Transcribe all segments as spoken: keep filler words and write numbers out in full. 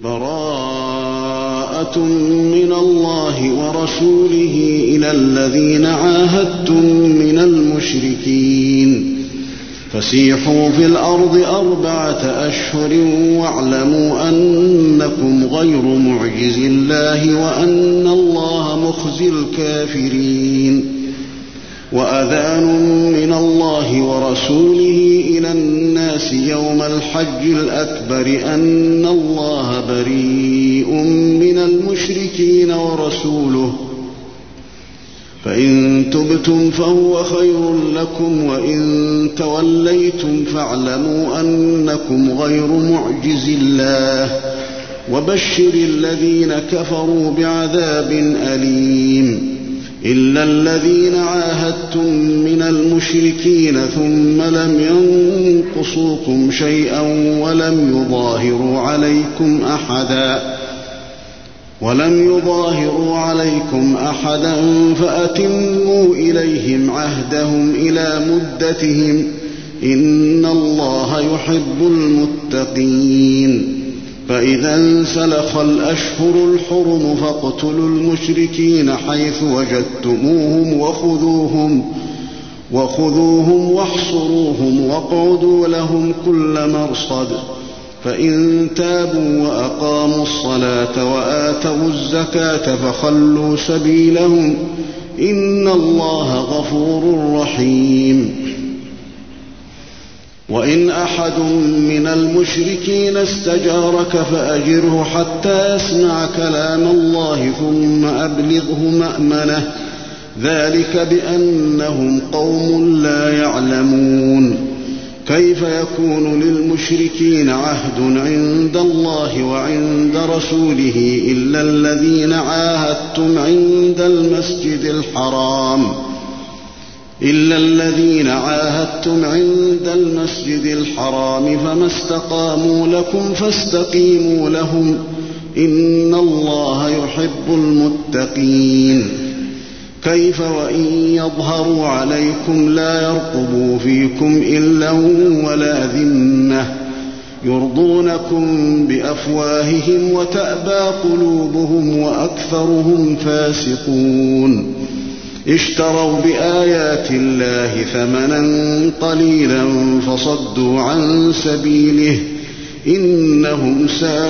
براءة من الله ورسوله إلى الذين عاهدتم من المشركين فسيحوا في الأرض أربعة أشهر واعلموا أنكم غير معجز الله وأن الله مخزي الكافرين وأذان من الله ورسوله إلى الناس يوم الحج الأكبر أن الله بريء من المشركين ورسوله فإن تبتم فهو خير لكم وإن توليتم فاعلموا أنكم غير معجز الله وبشر الذين كفروا بعذاب أليم إلا الذين عاهدتم من المشركين ثم لم ينقصوكم شيئا ولم يظاهروا عليكم أحدا ولم يظاهروا عليكم أحدا فأتموا إليهم عهدهم إلى مدتهم إن الله يحب المتقين فإذا انسلخ الأشهر الحرم فاقتلوا المشركين حيث وجدتموهم وخذوهم وخذوهم واحصروهم واقعدوا لهم كل مرصد فإن تابوا وأقاموا الصلاة وآتوا الزكاة فخلوا سبيلهم إن الله غفور رحيم وإن أحد من المشركين استجارك فأجره حتى يسمع كلام الله ثم أبلغه مأمنه ذلك بأنهم قوم لا يعلمون كيف يكون للمشركين عهد عند الله وعند رسوله إلا الذين عاهدتم عند المسجد الحرام إلا الذين عاهدتم عند المسجد الحرام فما استقاموا لكم فاستقيموا لهم إن الله يحب المتقين كيف وإن يظهروا عليكم لا يرقبوا فيكم إلا ولا ذمة يرضونكم بأفواههم وتأبى قلوبهم وأكثرهم فاسقون اشتروا بآيات الله ثمنا قليلا فصدوا عن سبيله إنهم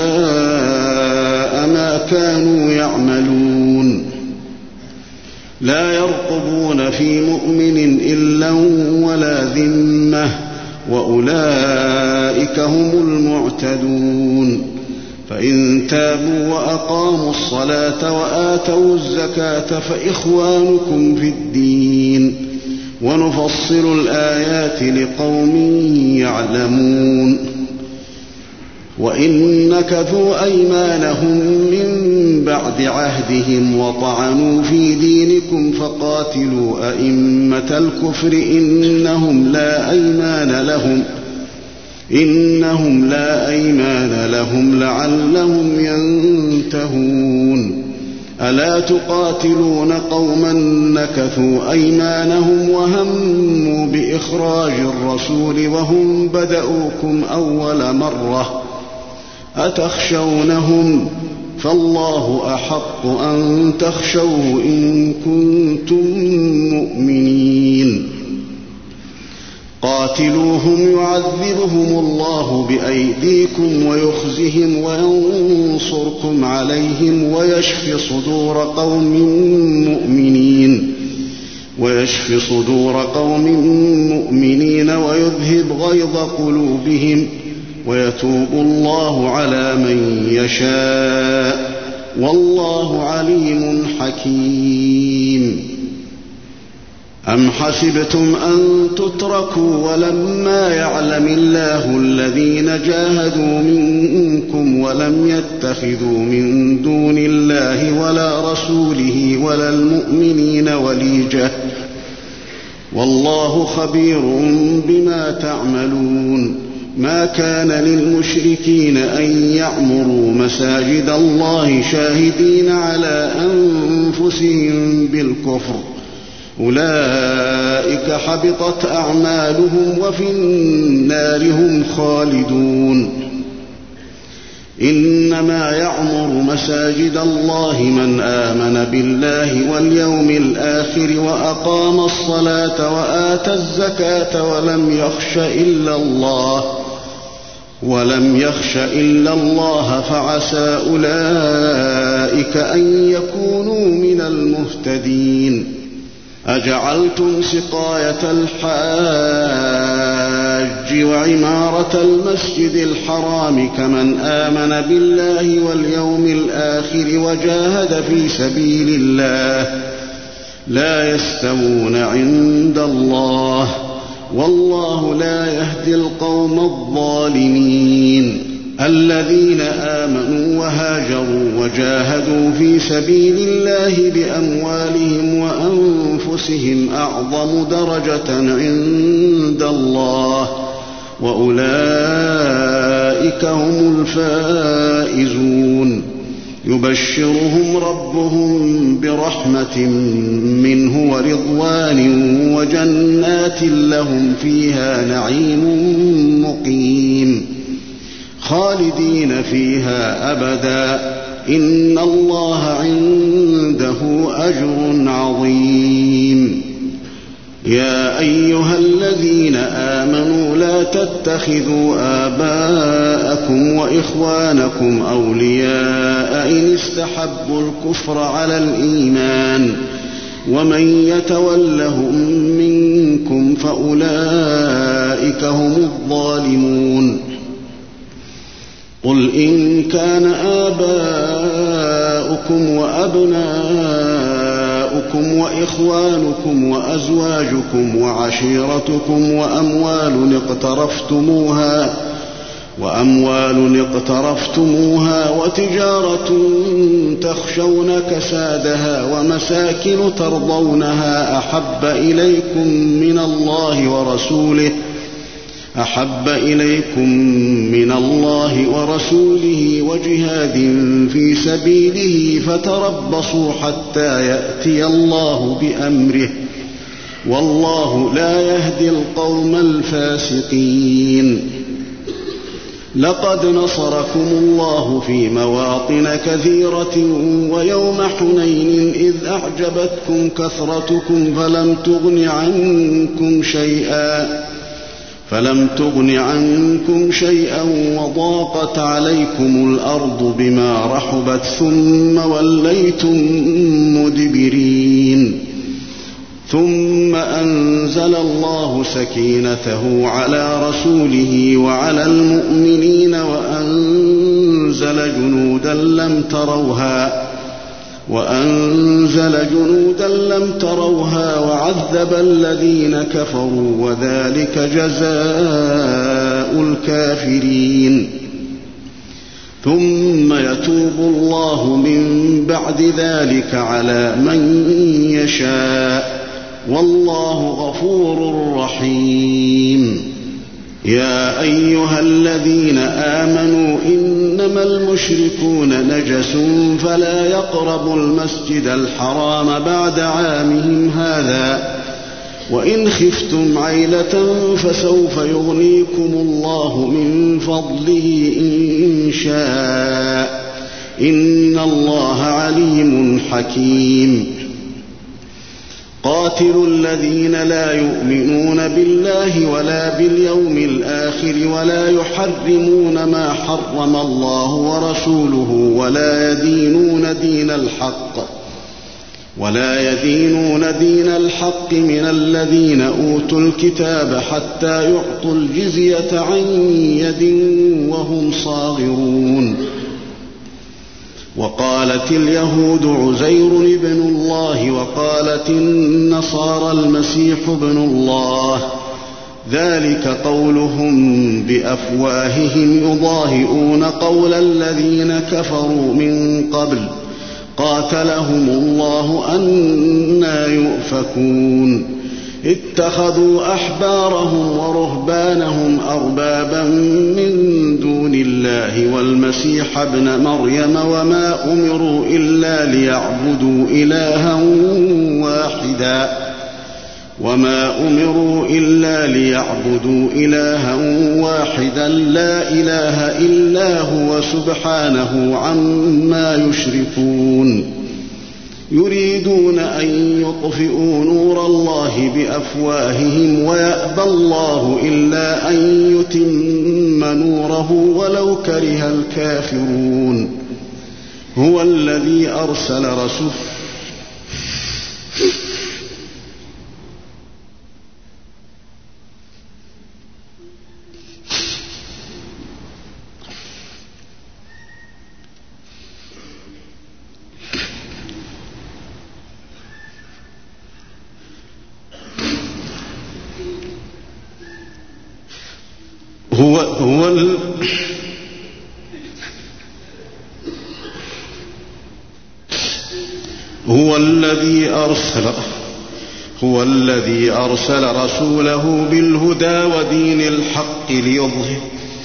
ساء ما كانوا يعملون لا يرقبون في مؤمن إلا ولا ذمة وأولئك هم المعتدون فإن تابوا وأقاموا الصلاة وآتوا الزكاة فإخوانكم في الدين ونفصل الآيات لقوم يعلمون وإن نكثوا أيمانهم من بعد عهدهم وطعنوا في دينكم فقاتلوا أئمة الكفر إنهم لا أيمان لهم إنهم لا أيمان لهم لعلهم ينتهون ألا تقاتلون قوما نكثوا أيمانهم وهموا بإخراج الرسول وهم بدأوكم أول مرة أتخشونهم فالله أحق أن تخشوه إن كنتم مؤمنين قاتلوهم يعذبهم الله بأيديكم ويخزهم وينصركم عليهم ويشف صدور قوم مؤمنين ويشف صدور قوم مؤمنين ويذهب غيظ قلوبهم ويتوب الله على من يشاء والله عليم حكيم أم حسبتم أن تتركوا ولما يعلم الله الذين جاهدوا منكم ولم يتخذوا من دون الله ولا رسوله ولا المؤمنين وليجة والله خبير بما تعملون ما كان للمشركين أن يعمروا مساجد الله شاهدين على أنفسهم بالكفر أولئك حبطت أعمالهم وفي النار هم خالدون إنما يعمر مساجد الله من آمن بالله واليوم الآخر وأقام الصلاة وآتى الزكاة ولم يخش إلا الله ولم يخش إلا الله فعسى أولئك أن يكونوا من المهتدين. أجعلتم سقاية الحاج وعمارة المسجد الحرام كمن آمن بالله واليوم الآخر وجاهد في سبيل الله لا يستوون عند الله والله لا يهدي القوم الظالمين. الذين آمنوا وهاجروا وجاهدوا في سبيل الله بأموالهم وأنفسهم أعظم درجة عند الله وأولئك هم الفائزون. يبشرهم ربهم برحمة منه ورضوان وجنات لهم فيها نعيم مقيم خالدين فيها أبدا إن الله عنده أجر عظيم. يا أيها الذين آمنوا لا تتخذوا آباءكم وإخوانكم أولياء إن استحبوا الكفر على الإيمان ومن يتولهم منكم فأولئك هم الظالمون. قل إن كان آباؤكم وأبناؤكم وإخوانكم وأزواجكم وعشيرتكم وأموال اقترفتموها وأموال اقترفتموها وتجارة تخشون كسادها ومساكن ترضونها أحب إليكم من الله ورسوله أحب إليكم من الله ورسوله وجهاد في سبيله فتربصوا حتى يأتي الله بأمره والله لا يهدي القوم الفاسقين. لقد نصركم الله في مواطن كثيرة ويوم حنين إذ أعجبتكم كثرتكم فلم تغن عنكم شيئا فلم تغن عنكم شيئا وضاقت عليكم الأرض بما رحبت ثم وليتم مدبرين. ثم أنزل الله سكينته على رسوله وعلى المؤمنين وأنزل جنودا لم تروها وأنزل جنودا لم تروها وعذب الذين كفروا وذلك جزاء الكافرين. ثم يتوب الله من بعد ذلك على من يشاء والله غفور رحيم. يا أيها الذين آمنوا إنما المشركون نجس فلا يقربوا المسجد الحرام بعد عامهم هذا وإن خفتم عيلة فسوف يغنيكم الله من فضله إن شاء إن الله عليم حكيم. قاتلوا الذين لا يؤمنون بالله ولا باليوم الآخر ولا يحرمون ما حرم الله ورسوله ولا يدينون دين الحق ولا يدينون دين الحق من الذين أوتوا الكتاب حتى يعطوا الجزية عن يد وهم صاغرون. وقالت اليهود عزير ابن الله وقالت النصارى المسيح ابن الله ذلك قولهم بأفواههم يضاهئون قول الذين كفروا من قبل قاتلهم الله أنى يؤفكون. اتخذوا أحبارهم ورهبانهم أربابا من دون الله والمسيح ابن مريم وما أمروا إلا ليعبدوا إلها واحدا وما أمروا إلا ليعبدوا إلها واحدا لا إله إلا هو سبحانه عما يشركون يريدون أن يطفئوا نور الله بأفواههم ويأبى الله إلا أن يتم نوره ولو كره الكافرون هو الذي أرسل رسوله هو هو ال... هو الذي أرسل هو الذي أرسل رسوله بالهدى ودين الحق ليظهر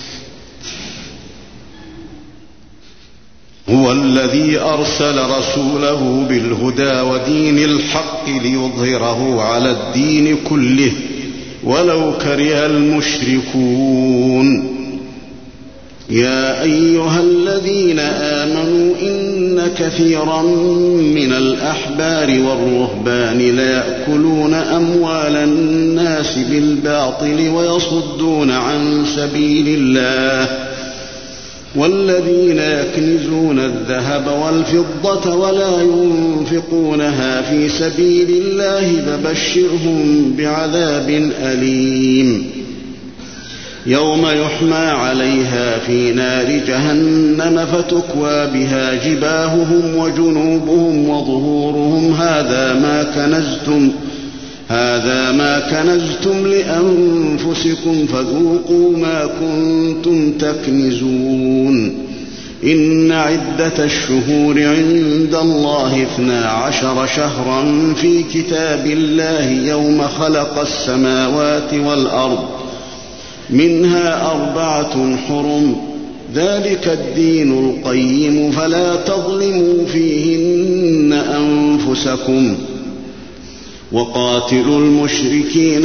هو الذي أرسل رسوله بالهدى ودين الحق ليظهره على الدين كله ولو كره المشركون يا أيها الذين آمنوا إن كثيرا من الأحبار والرهبان ليأكلون أموال الناس بالباطل ويصدون عن سبيل الله والذين يكنزون الذهب والفضة ولا ينفقونها في سبيل الله فبشرهم بعذاب أليم يوم يحمى عليها في نار جهنم فتكوى بها جباههم وجنوبهم وظهورهم هذا ما كنزتم هذا ما كنزتم لأنفسكم فذوقوا ما كنتم تكنزون إن عدة الشهور عند الله اثنا عشر شهرا في كتاب الله يوم خلق السماوات والأرض منها أربعة حرم ذلك الدين القيم فلا تظلموا فيهن أنفسكم وقاتلوا المشركين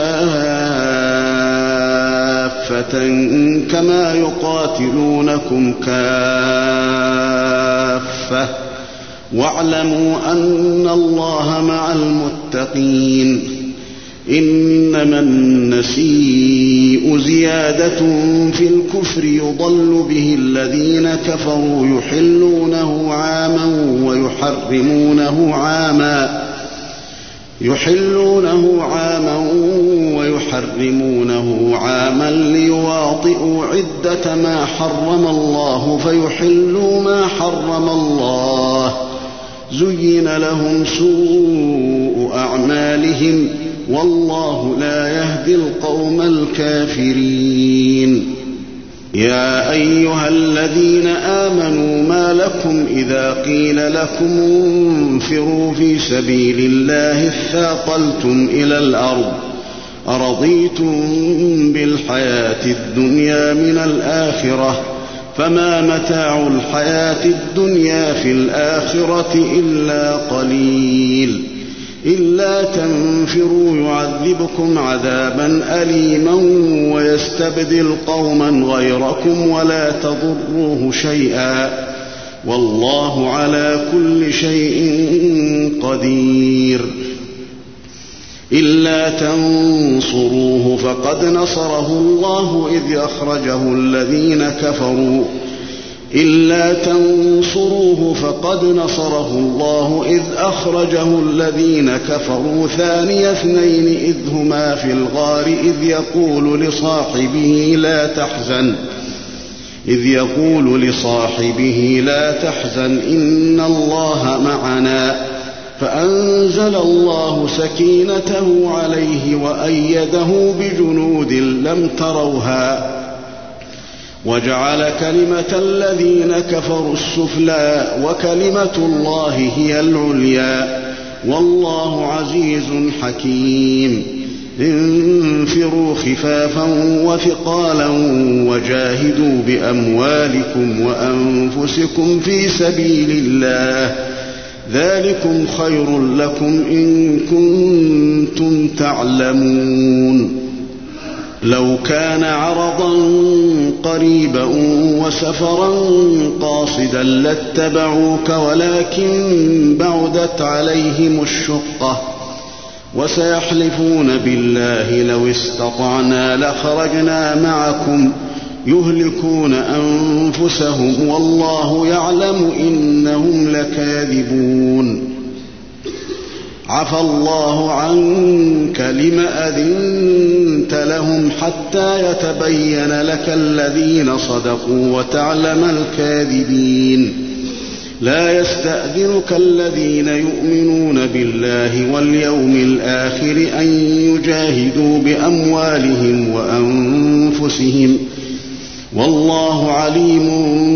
كافة كما يقاتلونكم كافة واعلموا أن الله مع المتقين إنما النسيء زيادة في الكفر يضل به الذين كفروا يحلونه عاما ويحرمونه عاما يحلونه عاما ويحرمونه عاما ليواطئوا عدة ما حرم الله فيحلوا ما حرم الله زين لهم سوء أعمالهم والله لا يهدي القوم الكافرين يا أيها الذين آمنوا ما لكم إذا قيل لكم انفروا في سبيل الله اثاقلتم إلى الأرض أرضيتم بالحياة الدنيا من الآخرة فما متاع الحياة الدنيا في الآخرة إلا قليل إلا تنفروا يعذبكم عذابا أليما ويستبدل قوما غيركم ولا تضروه شيئا والله على كل شيء قدير إلا تنصروه فقد نصره الله إذ أخرجه الذين كفروا إلا تنصروه فقد نصره الله إذ أخرجه الذين كفروا ثاني اثنين إذ هما في الغار إذ يقول لصاحبه لا تحزن إذ يقول لصاحبه لا تحزن إن الله معنا فأنزل الله سكينته عليه وأيده بجنود لم تروها وجعل كلمة الذين كفروا السفلى وكلمة الله هي العليا والله عزيز حكيم انفروا خفافا وثقالا وجاهدوا بأموالكم وأنفسكم في سبيل الله ذلكم خير لكم إن كنتم تعلمون. لو كان عرضا قريبا وسفرا قاصدا لاتبعوك ولكن بعدت عليهم الشقة وسيحلفون بالله لو استطعنا لخرجنا معكم يهلكون أنفسهم والله يعلم إنهم لكاذبون. عفى الله عنك لم أذنت لهم حتى يتبين لك الذين صدقوا وتعلم الكاذبين. لا يستأذنك الذين يؤمنون بالله واليوم الآخر أن يجاهدوا بأموالهم وأنفسهم والله عليم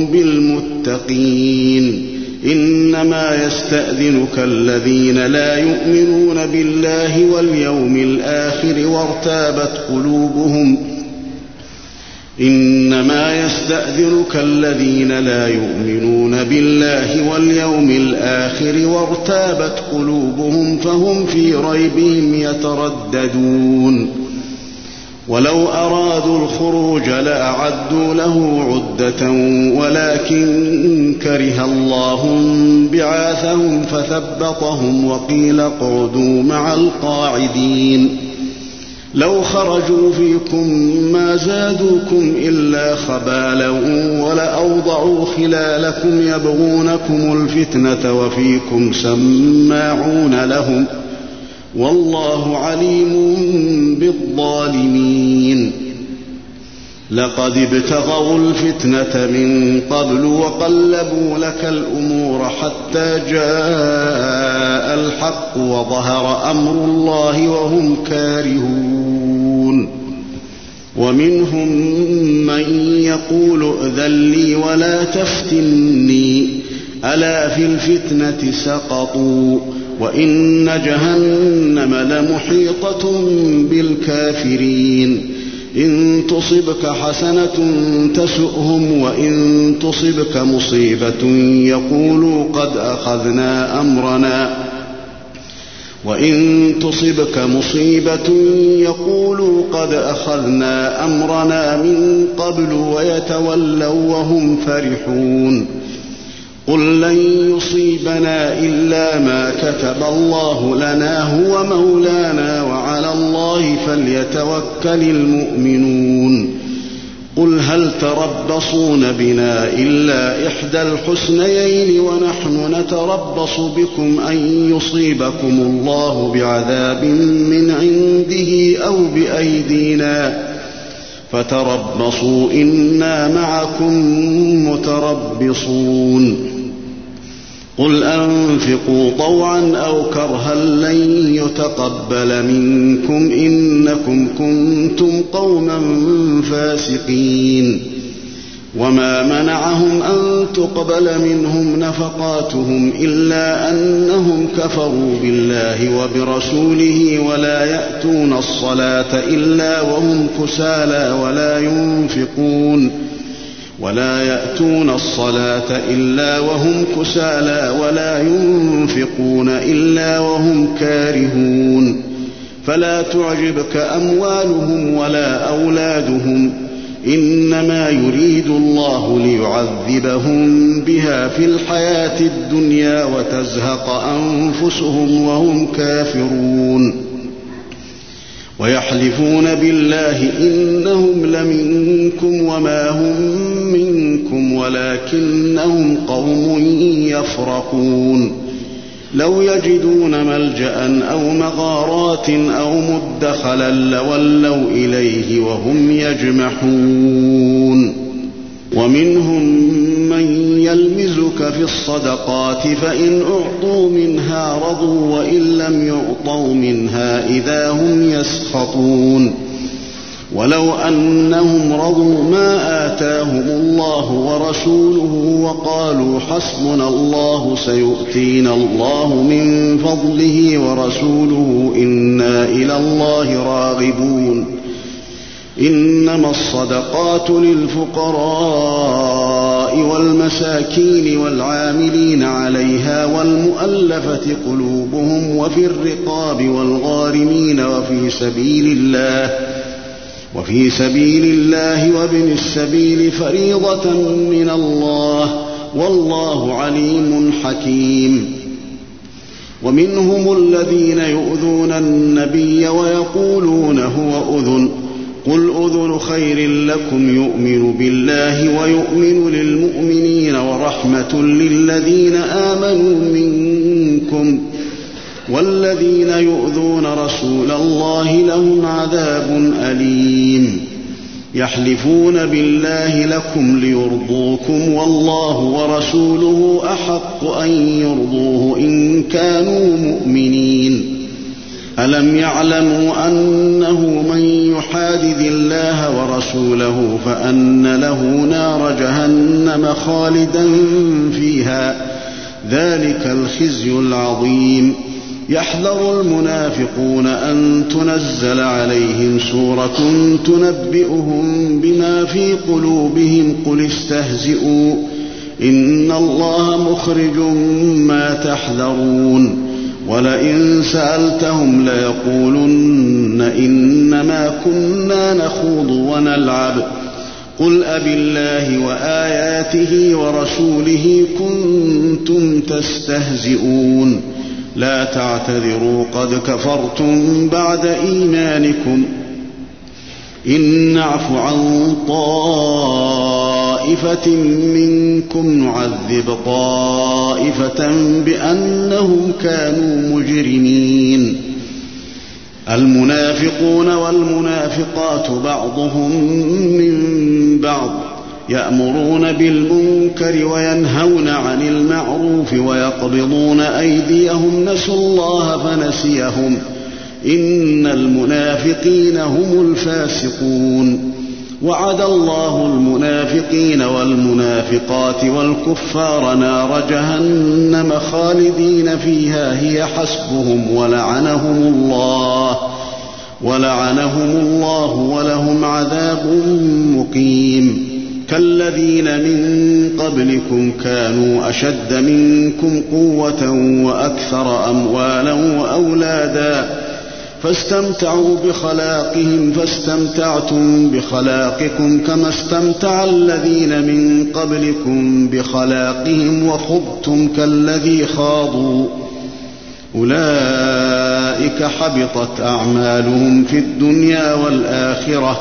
بالمتقين. إنما يستأذنك الذين لا يؤمنون بالله واليوم الآخر وارتابت قلوبهم إنما يستأذنك الذين لا يؤمنون بالله واليوم الآخر وارتابت قلوبهم فهم في ريبهم يترددون. ولو أرادوا الخروج لأعدوا له عدة ولكن كره الله بعاثهم فثبطهم وقيل اقعدوا مع القاعدين. لو خرجوا فيكم ما زادوكم إلا خبالا ولأوضعوا خلالكم يبغونكم الفتنة وفيكم سماعون لهم والله عليم بالظالمين. لقد ابتغوا الفتنة من قبل وقلبوا لك الأمور حتى جاء الحق وظهر أمر الله وهم كارهون. ومنهم من يقول ائذن لي ولا تفتني ألا في الفتنة سقطوا وإن جهنم لمحيطة بالكافرين. إن تصبك حسنة تسؤهم وإن تصبك مصيبة يقولوا قد أخذنا أمرنا وإن تصبك مصيبة يقولوا قد أخذنا أمرنا من قبل ويتولوا وهم فرحون. قل لن يصيبنا إلا ما كتب الله لنا هو مولانا وعلى الله فليتوكل المؤمنون. قل هل تربصون بنا إلا إحدى الحسنيين ونحن نتربص بكم أن يصيبكم الله بعذاب من عنده أو بأيدينا فتربصوا إنا معكم متربصون. قل أنفقوا طوعا أو كرها لن يتقبل منكم إنكم كنتم قوما فاسقين. وما منعهم أن تقبل منهم نفقاتهم إلا أنهم كفروا بالله وبرسوله ولا يأتون الصلاة إلا وهم كسالى ولا ينفقون ولا يأتون الصلاة إلا وهم كسالى ولا ينفقون إلا وهم كارهون. فلا تعجبك أموالهم ولا أولادهم إنما يريد الله ليعذبهم بها في الحياة الدنيا وتزهق أنفسهم وهم كافرون. ويحلفون بالله إنهم لمنكم وما هم منكم ولكنهم قوم يفرقون. لو يجدون ملجأ أو مغارات أو مدخلا لولوا إليه وهم يجمحون. ومنهم من يلمزك في الصدقات فإن أعطوا منها رضوا وإن لم يعطوا منها إذا هم يسخطون. ولو أنهم رضوا ما آتاهم الله ورسوله وقالوا حسبنا الله سيؤتينا الله من فضله ورسوله إنا إلى الله راغبون. إنما الصدقات للفقراء الفقراء والمساكين والعاملين عليها والمؤلفة قلوبهم وفي الرقاب والغارمين وفي سبيل الله وفي سبيل الله وابن السبيل فريضة من الله والله عليم حكيم. ومنهم الذين يؤذون النبي ويقولون هو أذن قل أذن خير لكم يؤمن بالله ويؤمن للمؤمنين ورحمة للذين آمنوا منكم والذين يؤذون رسول الله لهم عذاب أليم. يحلفون بالله لكم ليرضوكم والله ورسوله أحق أن يرضوه إن كانوا مؤمنين. ألم يعلموا أنه من يحادد الله ورسوله فأن له نار جهنم خالدا فيها ذلك الخزي العظيم. يحذر المنافقون أن تنزل عليهم سورة تنبئهم بما في قلوبهم قل استهزئوا إن الله مخرج ما تحذرون. ولئن سألتهم ليقولن إنما كنا نخوض ونلعب قل أبالله وآياته ورسوله كنتم تستهزئون لا تعتذروا قد كفرتم بعد إيمانكم إن نعف عن طائفة منكم نعذب طائفة بأنهم كانوا مجرمين. المنافقون والمنافقات بعضهم من بعض يأمرون بالمنكر وينهون عن المعروف ويقبضون أيديهم نسوا الله فنسيهم إن المنافقين هم الفاسقون. وعد الله المنافقين والمنافقات والكفار نار جهنم خالدين فيها هي حسبهم ولعنهم الله ولعنهم الله ولهم عذاب مقيم. كالذين من قبلكم كانوا أشد منكم قوة وأكثر أموالا وأولادا فاستمتعوا بخلاقهم فاستمتعتم بخلاقكم كما استمتع الذين من قبلكم بخلاقهم وخضتم كالذي خاضوا أولئك حبطت أعمالهم في الدنيا والآخرة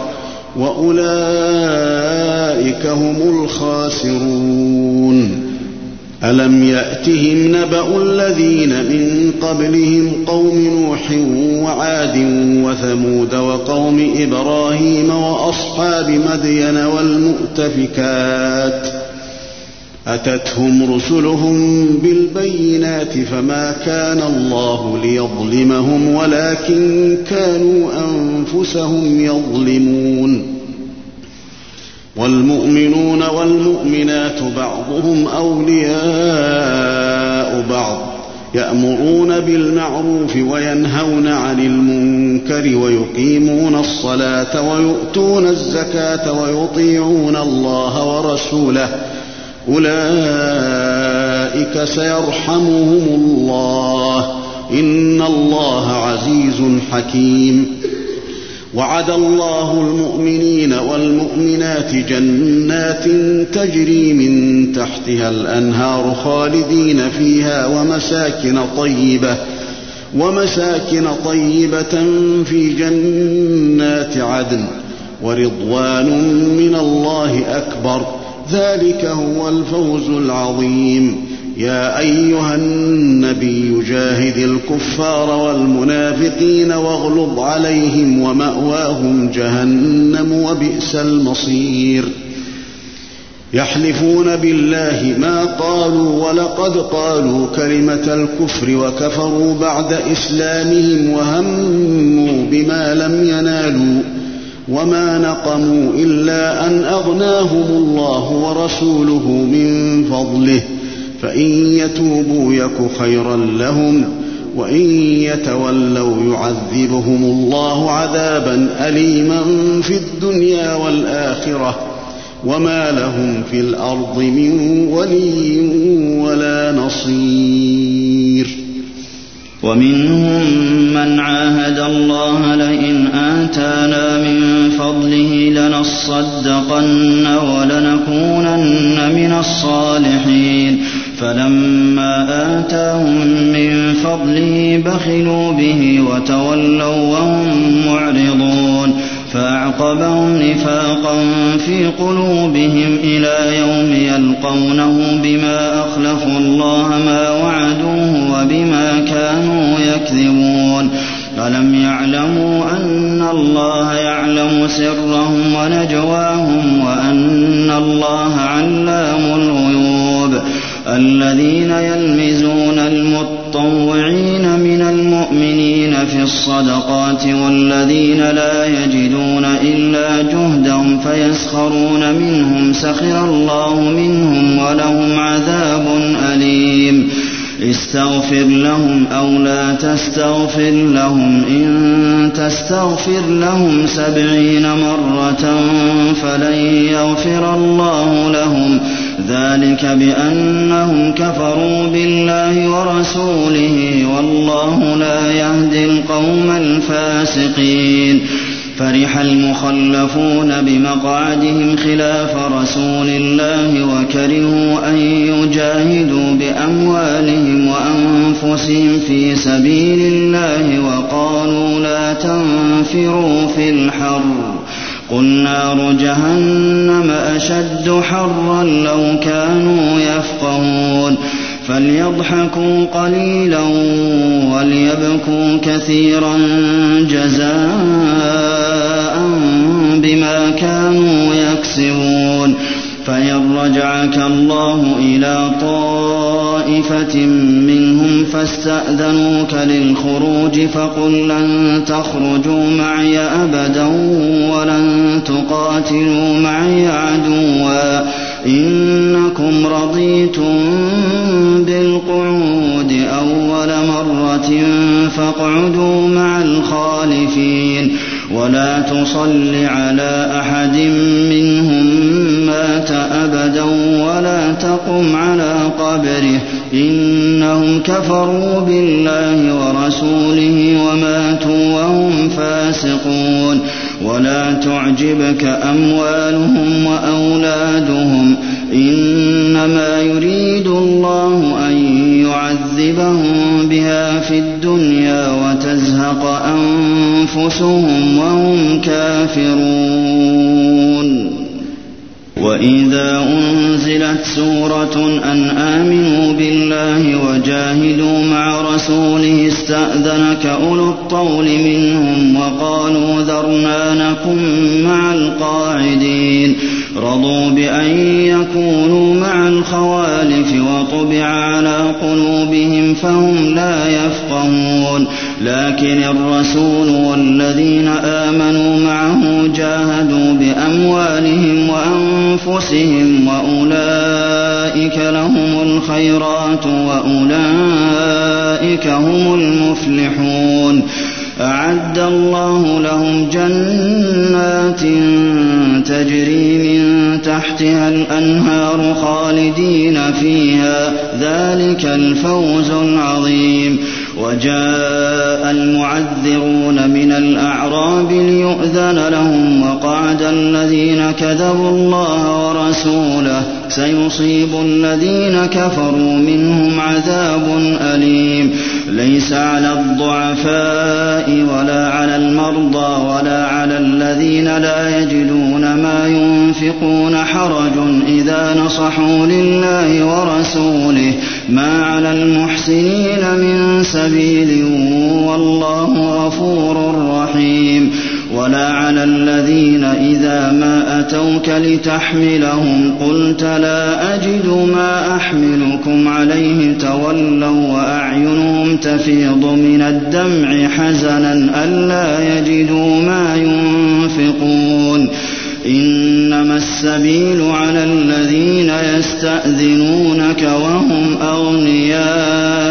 وأولئك هم الخاسرون. ألم يأتهم نبأ الذين من قبلهم قوم نوح وعاد وثمود وقوم إبراهيم وأصحاب مدين والمؤتفكات أتتهم رسلهم بالبينات فما كان الله ليظلمهم ولكن كانوا أنفسهم يظلمون. والمؤمنون والمؤمنات بعضهم أولياء بعض يأمرون بالمعروف وينهون عن المنكر ويقيمون الصلاة ويؤتون الزكاة ويطيعون الله ورسوله أولئك سيرحمهم الله إن الله عزيز حكيم. وعد الله المؤمنين والمؤمنات جنات تجري من تحتها الأنهار خالدين فيها ومساكن طيبة ومساكن طيبة في جنات عدن ورضوان من الله أكبر ذلك هو الفوز العظيم. يا أيها النبي جاهد الكفار والمنافقين واغلظ عليهم ومأواهم جهنم وبئس المصير. يحلفون بالله ما قالوا ولقد قالوا كلمة الكفر وكفروا بعد إسلامهم وهموا بما لم ينالوا وما نقموا إلا أن أغناهم الله ورسوله من فضله فإن يتوبوا يك خيرا لهم وإن يتولوا يعذبهم الله عذابا أليما في الدنيا والآخرة وما لهم في الأرض من ولي ولا نصير. ومنهم من عاهد الله لئن آتانا من فضله لنصدقن ولنكونن من الصالحين فلما آتاهم من فضله بخلوا به وتولوا وهم معرضون فأعقبهم نفاقا في قلوبهم إلى يوم يلقونه بما أخلفوا الله ما وعدوه وبما كانوا يكذبون. ألم يعلموا أن الله يعلم سرهم ونجواهم وأن الله علام الغيوب. الذين يلمزون المتطوعين من المؤمنين في الصدقات والذين لا يجدون إلا جهدهم فيسخرون منهم سخر الله منهم ولهم عذاب أليم. استغفر لهم أو لا تستغفر لهم إن تستغفر لهم سبعين مرة فلن يغفر الله لهم ذلك بأنهم كفروا بالله ورسوله والله لا يهدي القوم الفاسقين. فرح المخلفون بمقعدهم خلاف رسول الله وكرهوا أن يجاهدوا بأموالهم وأنفسهم في سبيل الله وقالوا لا تنفروا في الحر قل نار جهنم أشد حرا لو كانوا يفقهون. فليضحكوا قليلا وليبكوا كثيرا جزاء بما كانوا يكسبون. فإن رجعك الله إلى طائفة منهم فاستأذنوك للخروج فقل لن تخرجوا معي أبدا ولن تقاتلوا معي عدوا إنكم رضيتم بالقعود أول مرة فاقعدوا مع الخالفين ولا تصل على أحد منهم مات أبدا ولا تقم على قبره إنهم كفروا بالله ورسوله وماتوا وهم فاسقون. ولا تعجبك أموالهم وأولادهم إنما يريد الله أن يعذبهم بها في الدنيا وتزهق أنفسهم وهم كافرون. وإذا أنزلت سورة أن آمنوا بالله وجاهدوا مع رسوله استأذنك أولو الطول منهم وقالوا ذرنا نكن مع القاعدين رضوا بأن يكونوا مع الخوالف وطبع على قلوبهم فهم لا يفقهون. لكن الرسول والذين آمنوا معه جاهدوا بأموالهم وأنفسهم وأولئك لهم الخيرات وأولئك هم المفلحون. أعد الله لهم جنات تجري من تحتها الأنهار خالدين فيها ذلك الفوز العظيم. وجاء المعذرون من الأعراب ليؤذن لهم وقعد الذين كذبوا الله ورسوله سيصيب الذين كفروا منهم عذاب أليم. ليس على الضعفاء ولا على المرضى ولا على الذين لا يجدون ما ينفقون حرج إذا نصحوا لله ورسوله ما على المحسنين من سبيل والله غفور رحيم. ولا على الذين إذا ما أتوك لتحملهم قلت لا أجد ما أحملكم عليه تولوا وأعينهم تفيض من الدمع حزنا ألا يجدوا ما ينفقون. إنما السبيل على الذين يستأذنونك وهم أغنياء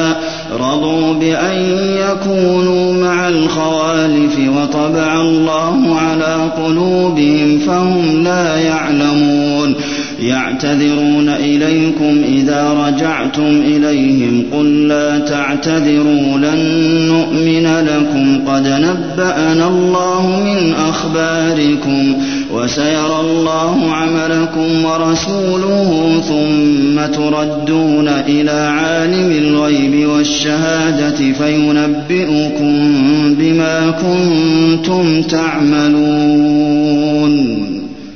رضوا بأن يكونوا مع الخوالف وطبع الله على قلوبهم فهم لا يعلمون يعتذرون إليكم إذا رجعتم إليهم قل لا تعتذروا لن نؤمن لكم قد نبأنا الله من أخباركم وسيرى الله عملكم ورسوله ثم تردون إلى عالم الغيب والشهادة فينبئكم بما كنتم تعملون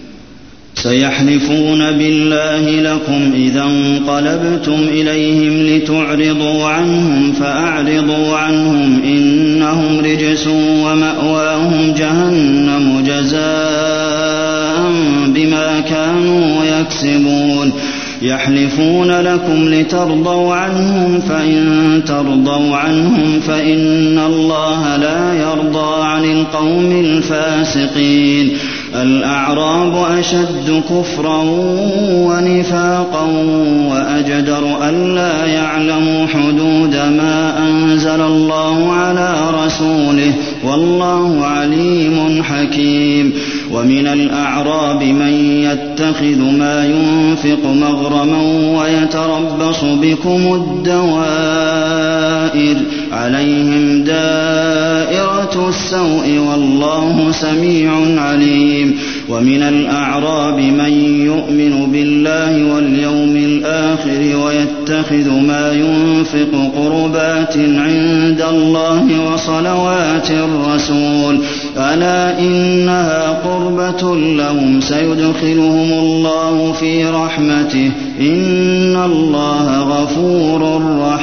سيحلفون بالله لكم إذا انقلبتم إليهم لتعرضوا عنهم فأعرضوا عنهم إنهم رجس ومأواهم جهنم جزاء بما كانوا يكسبون يحلفون لكم لترضوا عنهم فإن ترضوا عنهم فإن الله لا يرضى عن القوم الفاسقين الأعراب أشد كفرا ونفاقا وأجدر ألا يعلموا حدود ما أنزل الله على رسوله والله عليم حكيم ومن الأعراب من يتخذ ما ينفق مغرما ويتربص بكم الدوائر عليهم دائرة السوء والله سميع عليم ومن الأعراب من يؤمن بالله واليوم الآخر ويتخذ ما ينفق قربات عند الله وصلوات الرسول ألا إنها قربة لهم سيدخلهم الله في رحمته إن الله غفور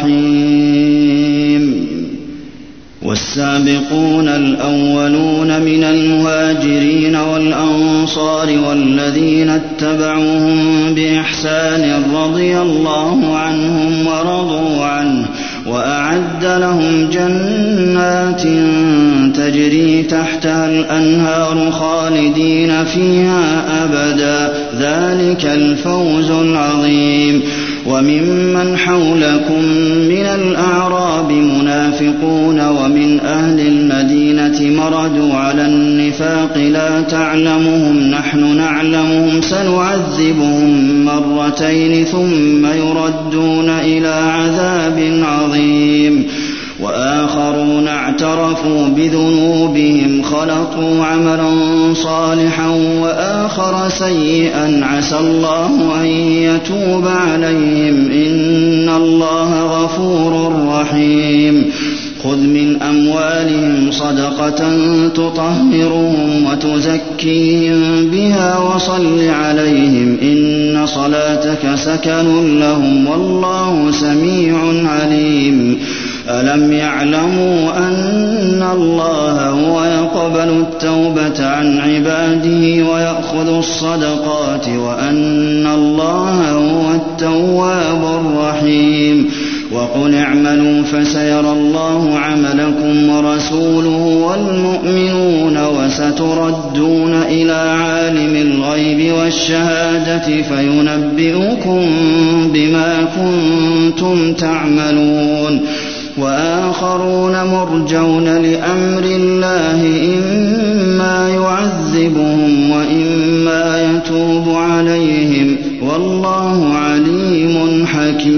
رحيم والسابقون الأولون من المهاجرين والأنصار والذين اتبعوهم بإحسان رضي الله عنهم ورضوا عنه وأعد لهم جنات تجري تحتها الأنهار خالدين فيها أبدا ذلك الفوز العظيم وممن حولكم من الأعراب منافقون ومن أهل المدينة مردوا على النفاق لا تعلمهم نحن نعلمهم سنعذبهم مرتين ثم يردون إلى عذاب عظيم وآخرون اعترفوا بذنوبهم خلطوا عملا صالحا وآخر سيئا عسى الله أن يتوب عليهم إن الله غفور رحيم خذ من أموالهم صدقة تطهرهم وتزكيهم بها وصل عليهم إن صلاتك سكن لهم والله سميع عليم ألم يعلموا أن الله هو يقبل التوبة عن عباده ويأخذ الصدقات وأن الله هو التواب الرحيم وقل اعملوا فسيرى الله عملكم ورسوله والمؤمنون وستردون إلى عالم الغيب والشهادة فينبئكم بما كنتم تعملون وآخرون مرجون لأمر الله إما يعذبهم وإما يتوب عليهم والله عليم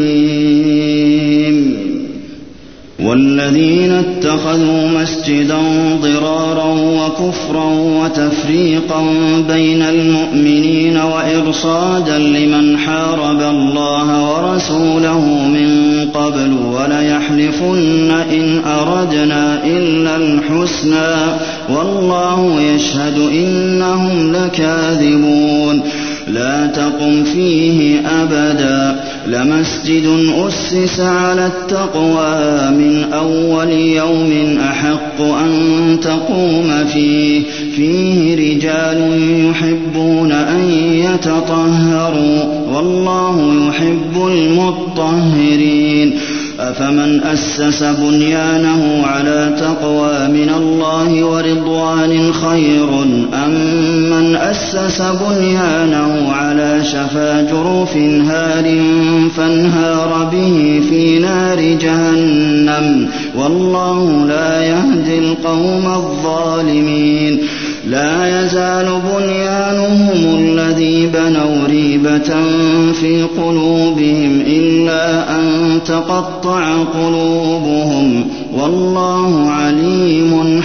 حكيم والذين اتخذوا مسجدا ضرارا وكفرا وتفريقا بين المؤمنين وإرصادا لمن حارب الله ورسوله من قبل وليحلفن إن أردنا إلا الحسنى والله يشهد إنهم لكاذبون لا تقم فيه أبدا لمسجد أسس على التقوى من أول يوم أحق أن تقوم فيه فيه رجال يحبون أن يتطهروا والله يحب المطهرين أفمن أسس بنيانه على تقوى من الله ورضوان خير أم من أسس بنيانه على شفا جرف هار فانهار به في نار جهنم والله لا يهدي القوم الظالمين لا يزال بنيانهم الذي بنوا ريبة في قلوبهم إلا أن تقطع قلوبهم والله عليم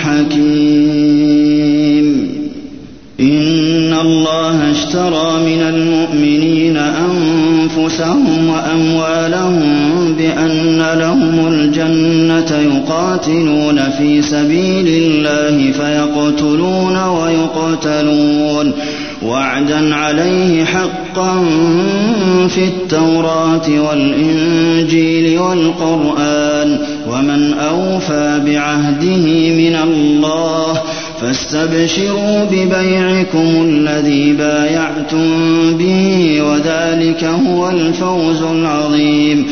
حكيم إن الله اشترى من المؤمنين أنفسهم وأموالهم بأن لهم الجنة يقاتلون في سبيل الله فيقتلون ويقتلون وعدا عليه حقا في التوراة والإنجيل والقرآن ومن أوفى بعهده من الله فاستبشروا ببيعكم الذي بايعتم به وذلك هو الفوز العظيم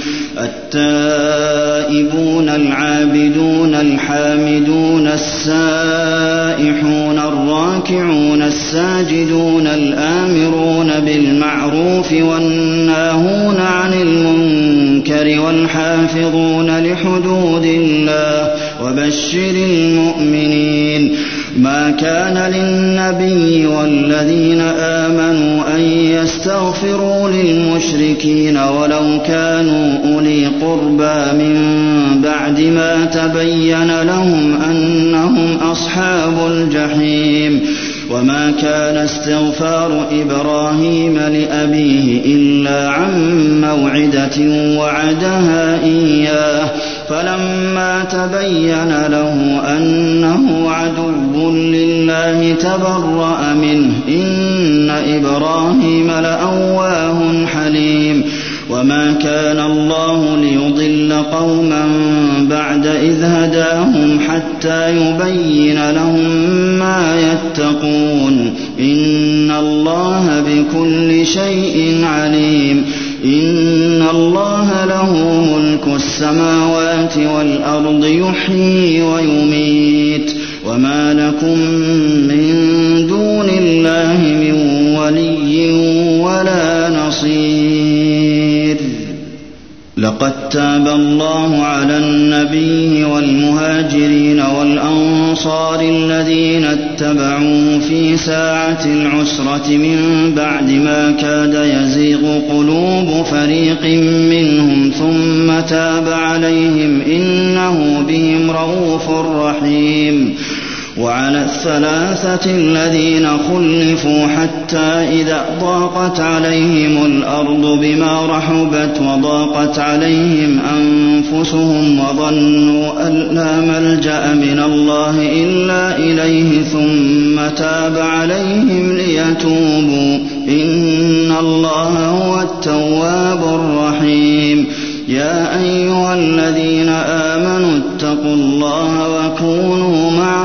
التائبون العابدون الحامدون السائحون الراكعون الساجدون الآمرون بالمعروف والناهون عن المنكر والحافظون لحدود الله وبشر المؤمنين ما كان للنبي والذين آمنوا أن يستغفروا للمشركين ولو كانوا أولي قربى من بعد ما تبين لهم أنهم أصحاب الجحيم وما كان استغفار إبراهيم لأبيه إلا عن موعدة وعدها إياه فلما تبين له أنه عدو لله تبرأ منه إن إبراهيم لأواه حليم وما كان الله ليضل قوما بعد إذ هداهم حتى يبين لهم ما يتقون إن الله بكل شيء عليم إن الله له ملك السماوات والأرض يحيي ويميت وما لكم من دون الله من ولي ولا نصير لقد تاب الله على النبي والمهاجرين والأنصار الذين اتبعوا في ساعة العسرة من بعد ما كاد يزيغ قلوب فريق منهم ثم تاب عليهم إنه بهم رءوف رحيم وعلى الثلاثة الذين خلفوا حتى إذا ضاقت عليهم الأرض بما رحبت وضاقت عليهم أنفسهم وظنوا أن لا ملجأ من الله إلا إليه ثم تاب عليهم ليتوبوا إن الله هو التواب الرحيم يا أيها الذين آمنوا اتقوا الله وكونوا مع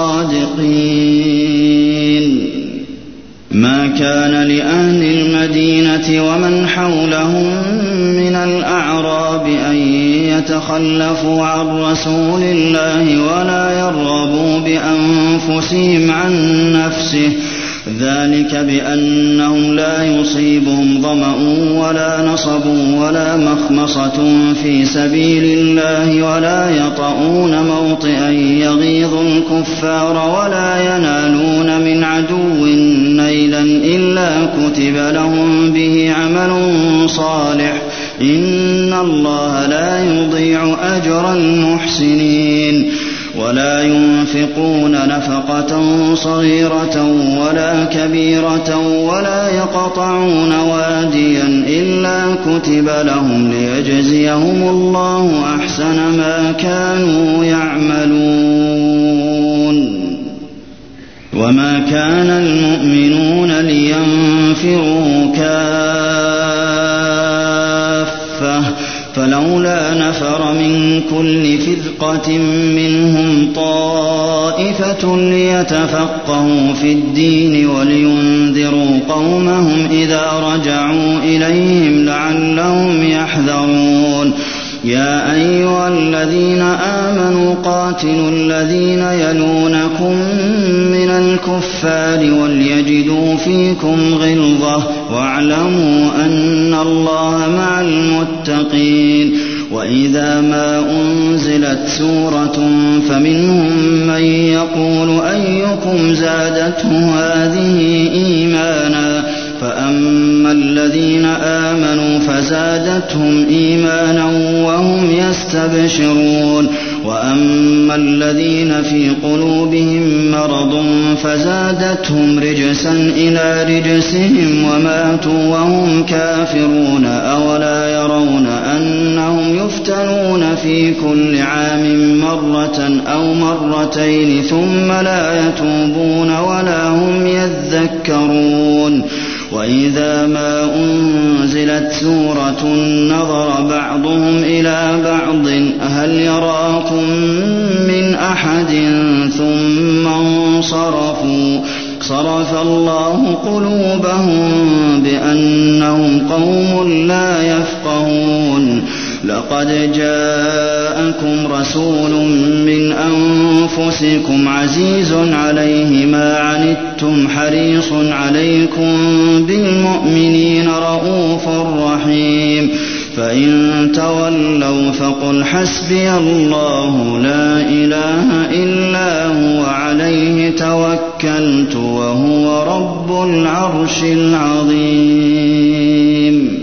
الصادقين ما كان لأهل المدينة ومن حولهم من الأعراب أن يتخلفوا عن رسول الله ولا يرغبوا بأنفسهم عن نفسه ذلك بأنهم لا يصيبهم ظمأ ولا نصب ولا مخمصة في سبيل الله ولا يطؤون موطئا يغيظ الكفار ولا ينالون من عدو نيلا إلا كتب لهم به عمل صالح إن الله لا يضيع أجر المحسنين ولا ينفقون نفقة صغيرة ولا كبيرة ولا يقطعون واديا إلا كتب لهم ليجزيهم الله أحسن ما كانوا يعملون وما كان المؤمنون لينفروا كافة فلولا نفر من كل فرقة منهم طائفة ليتفقهوا في الدين ولينذروا قومهم إذا رجعوا إليهم لعلهم يحذرون يا أيها الذين آمنوا قاتلوا الذين يلونكم من الكفار وليجدوا فيكم غلظة واعلموا أن الله مع المتقين وإذا ما أنزلت سورة فمنهم من يقول أيكم زادته هذه إيمانا فأما الذين آمنوا فزادتهم إيمانا وهم يستبشرون وأما الذين في قلوبهم مرض فزادتهم رجسا إلى رجسهم وماتوا وهم كافرون أولا يرون أنهم يفتنون في كل عام مرة أو مرتين ثم لا يتوبون ولا هم يذكرون وإذا ما أنزلت سورة نظر بعضهم إلى بعض هل يراكم من أحد ثم انصرفوا صرف الله قلوبهم بأنهم قوم لا يفقهون لقد جاءكم رسول من أنفسكم عزيز عليه ما عنتم حريص عليكم بالمؤمنين رءوف رحيم فإن تولوا فقل حسبي الله لا إله إلا هو عليه توكلت وهو رب العرش العظيم